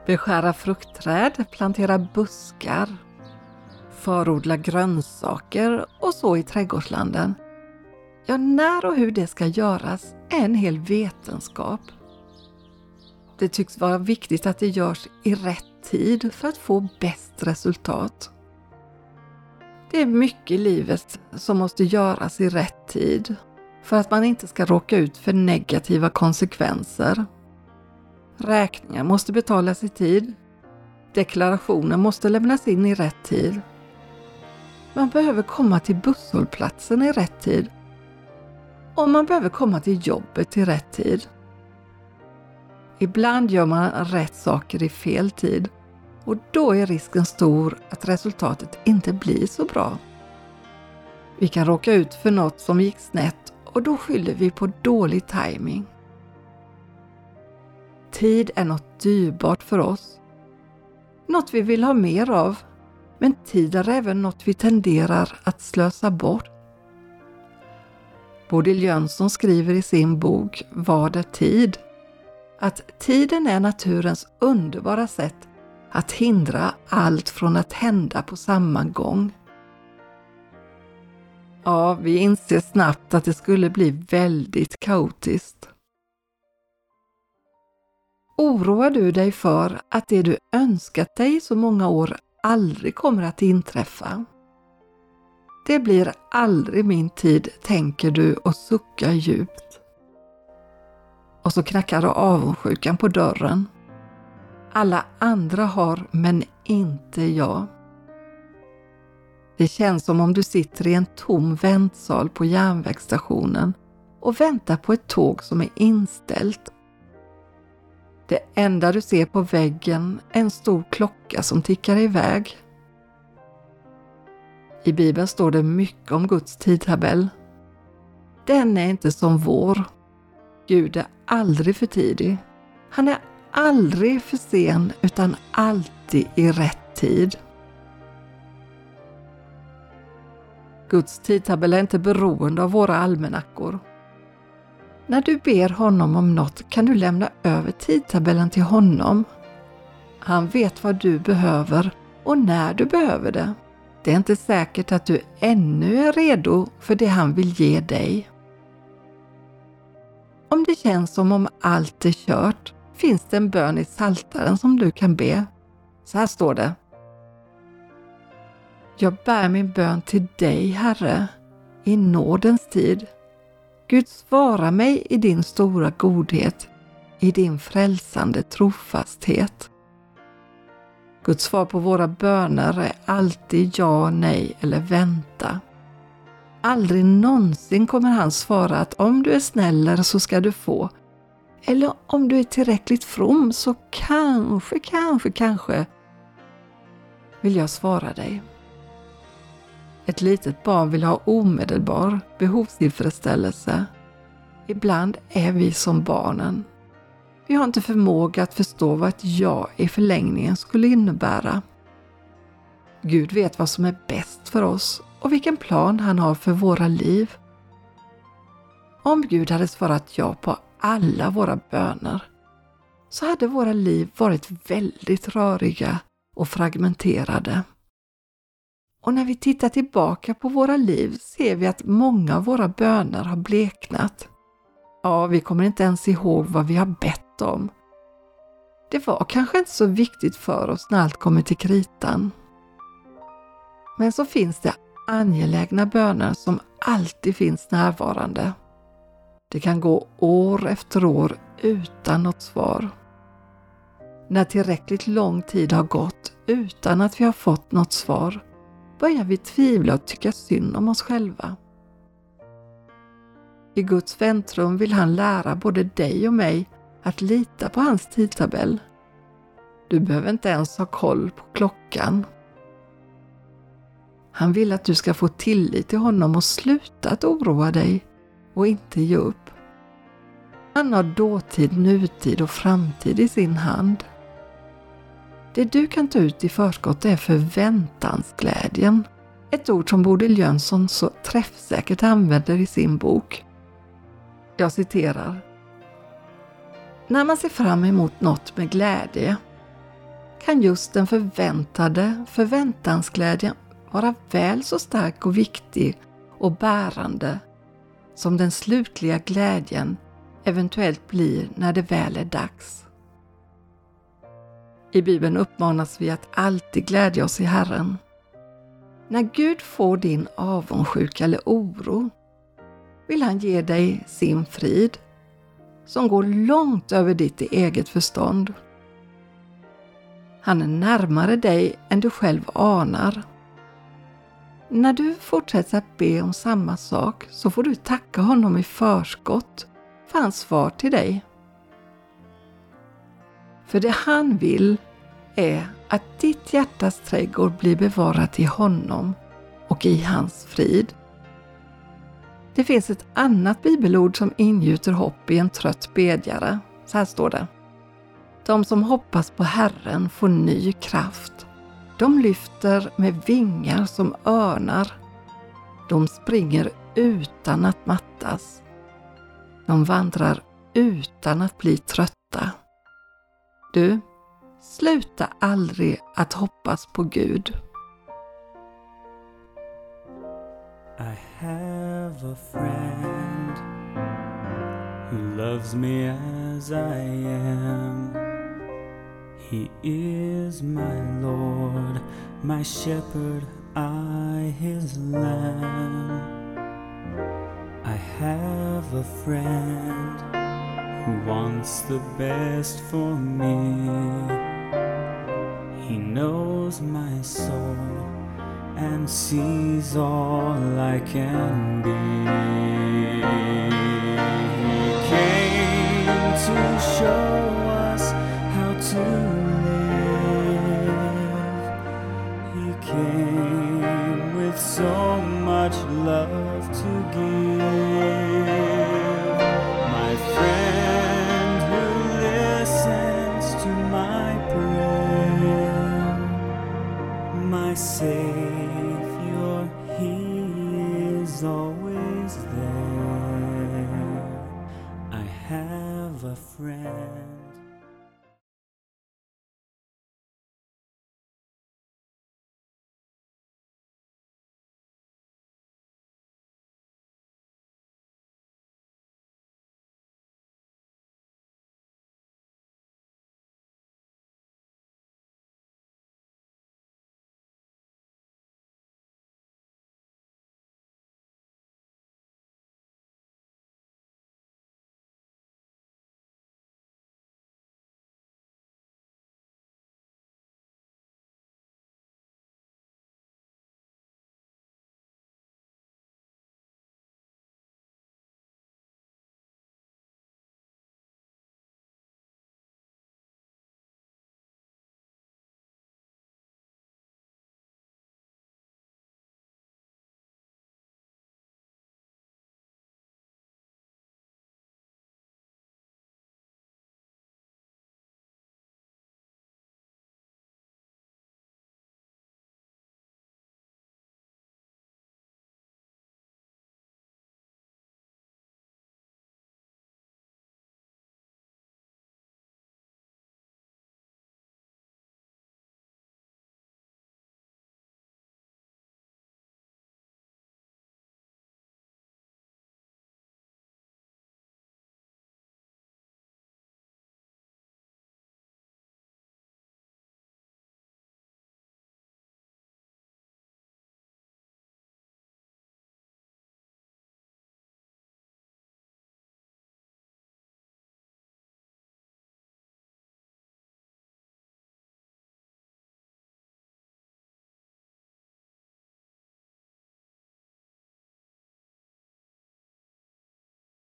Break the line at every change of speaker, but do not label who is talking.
Beskära fruktträd, plantera buskar, förodla grönsaker och så i trädgårdslanden. Ja, när och hur det ska göras är en hel vetenskap. Det tycks vara viktigt att det görs i rätt tid för att få bäst resultat. Det är mycket i livet som måste göras i rätt tid för att man inte ska råka ut för negativa konsekvenser. Räkningar måste betalas i tid. Deklarationer måste lämnas in i rätt tid. Man behöver komma till busshållplatsen i rätt tid. Och man behöver komma till jobbet i rätt tid. Ibland gör man rätt saker i fel tid och då är risken stor att resultatet inte blir så bra. Vi kan råka ut för något som gick snett och då skyller vi på dålig timing. Tid är något dyrbart för oss. Något vi vill ha mer av, men tid är även något vi tenderar att slösa bort. Bodil Jönsson skriver i sin bok Vad är tid? Att tiden är naturens underbara sätt att hindra allt från att hända på samma gång. Ja, vi inser snabbt att det skulle bli väldigt kaotiskt. Oroar du dig för att det du önskat dig i så många år aldrig kommer att inträffa? Det blir aldrig min tid, tänker du och suckar djupt. Och så knackar du avundsjukan på dörren. Alla andra har, men inte jag. Det känns som om du sitter i en tom väntsal på järnvägsstationen och väntar på ett tåg som är inställt. Det enda du ser på väggen är en stor klocka som tickar iväg. I Bibeln står det mycket om Guds tidtabell. Den är inte som vår. Gud är aldrig för tidig. Han är aldrig för sen utan alltid i rätt tid. Guds tidtabell är inte beroende av våra almanackor. När du ber honom om något kan du lämna över tidtabellen till honom. Han vet vad du behöver och när du behöver det. Det är inte säkert att du ännu är redo för det han vill ge dig. Om det känns som om allt är kört finns det en bön i Psaltaren som du kan be. Så här står det. Jag bär min bön till dig, Herre, i nådens tid. Gud, svara mig i din stora godhet, i din frälsande trofasthet. Guds svar på våra böner är alltid ja, nej eller vänta. Aldrig någonsin kommer han svara att om du är snällare så ska du få. Eller om du är tillräckligt from så kanske vill jag svara dig. Ett litet barn vill ha omedelbar behovstillfredsställelse. Ibland är vi som barnen. Vi har inte förmåga att förstå vad ett ja i förlängningen skulle innebära. Gud vet vad som är bäst för oss och vilken plan han har för våra liv. Om Gud hade svarat ja på alla våra böner så hade våra liv varit väldigt röriga och fragmenterade. Och när vi tittar tillbaka på våra liv ser vi att många av våra böner har bleknat. Ja, vi kommer inte ens ihåg vad vi har bett om. Det var kanske inte så viktigt för oss när allt kommer till kritan. Men så finns det angelägna böner som alltid finns närvarande. Det kan gå år efter år utan något svar. När tillräckligt lång tid har gått utan att vi har fått något svar börjar vi tvivla och tycka synd om oss själva. I Guds väntrum vill han lära både dig och mig att lita på hans tidtabell. Du behöver inte ens ha koll på klockan. Han vill att du ska få tillit till honom och sluta att oroa dig och inte ge upp. Han har dåtid, nutid och framtid i sin hand. Det du kan ta ut i förskott är förväntansglädjen. Ett ord som Bodil Jönsson så träffsäkert använder i sin bok. Jag citerar. När man ser fram emot något med glädje, kan just den förväntade förväntansglädjen vara väl så stark och viktig och bärande som den slutliga glädjen eventuellt blir när det väl är dags. I Bibeln uppmanas vi att alltid glädja oss i Herren. När Gud får din avundsjuka eller oro vill han ge dig sin frid som går långt över ditt eget förstånd. Han är närmare dig än du själv anar. När du fortsätter att be om samma sak så får du tacka honom i förskott för hans svar till dig. För det han vill är att ditt hjärtas trädgård blir bevarat i honom och i hans frid. Det finns ett annat bibelord som ingjuter hopp i en trött bedjare. Så här står det. De som hoppas på Herren får ny kraft. De lyfter med vingar som örnar. De springer utan att mattas. De vandrar utan att bli trötta. Du, sluta aldrig att hoppas på Gud.
I have a friend who loves me as I am. He is my Lord, my shepherd, I his lamb. I have a friend who wants the best for me. He knows my soul and sees all I can be. He came to show us how to live. He came with so much love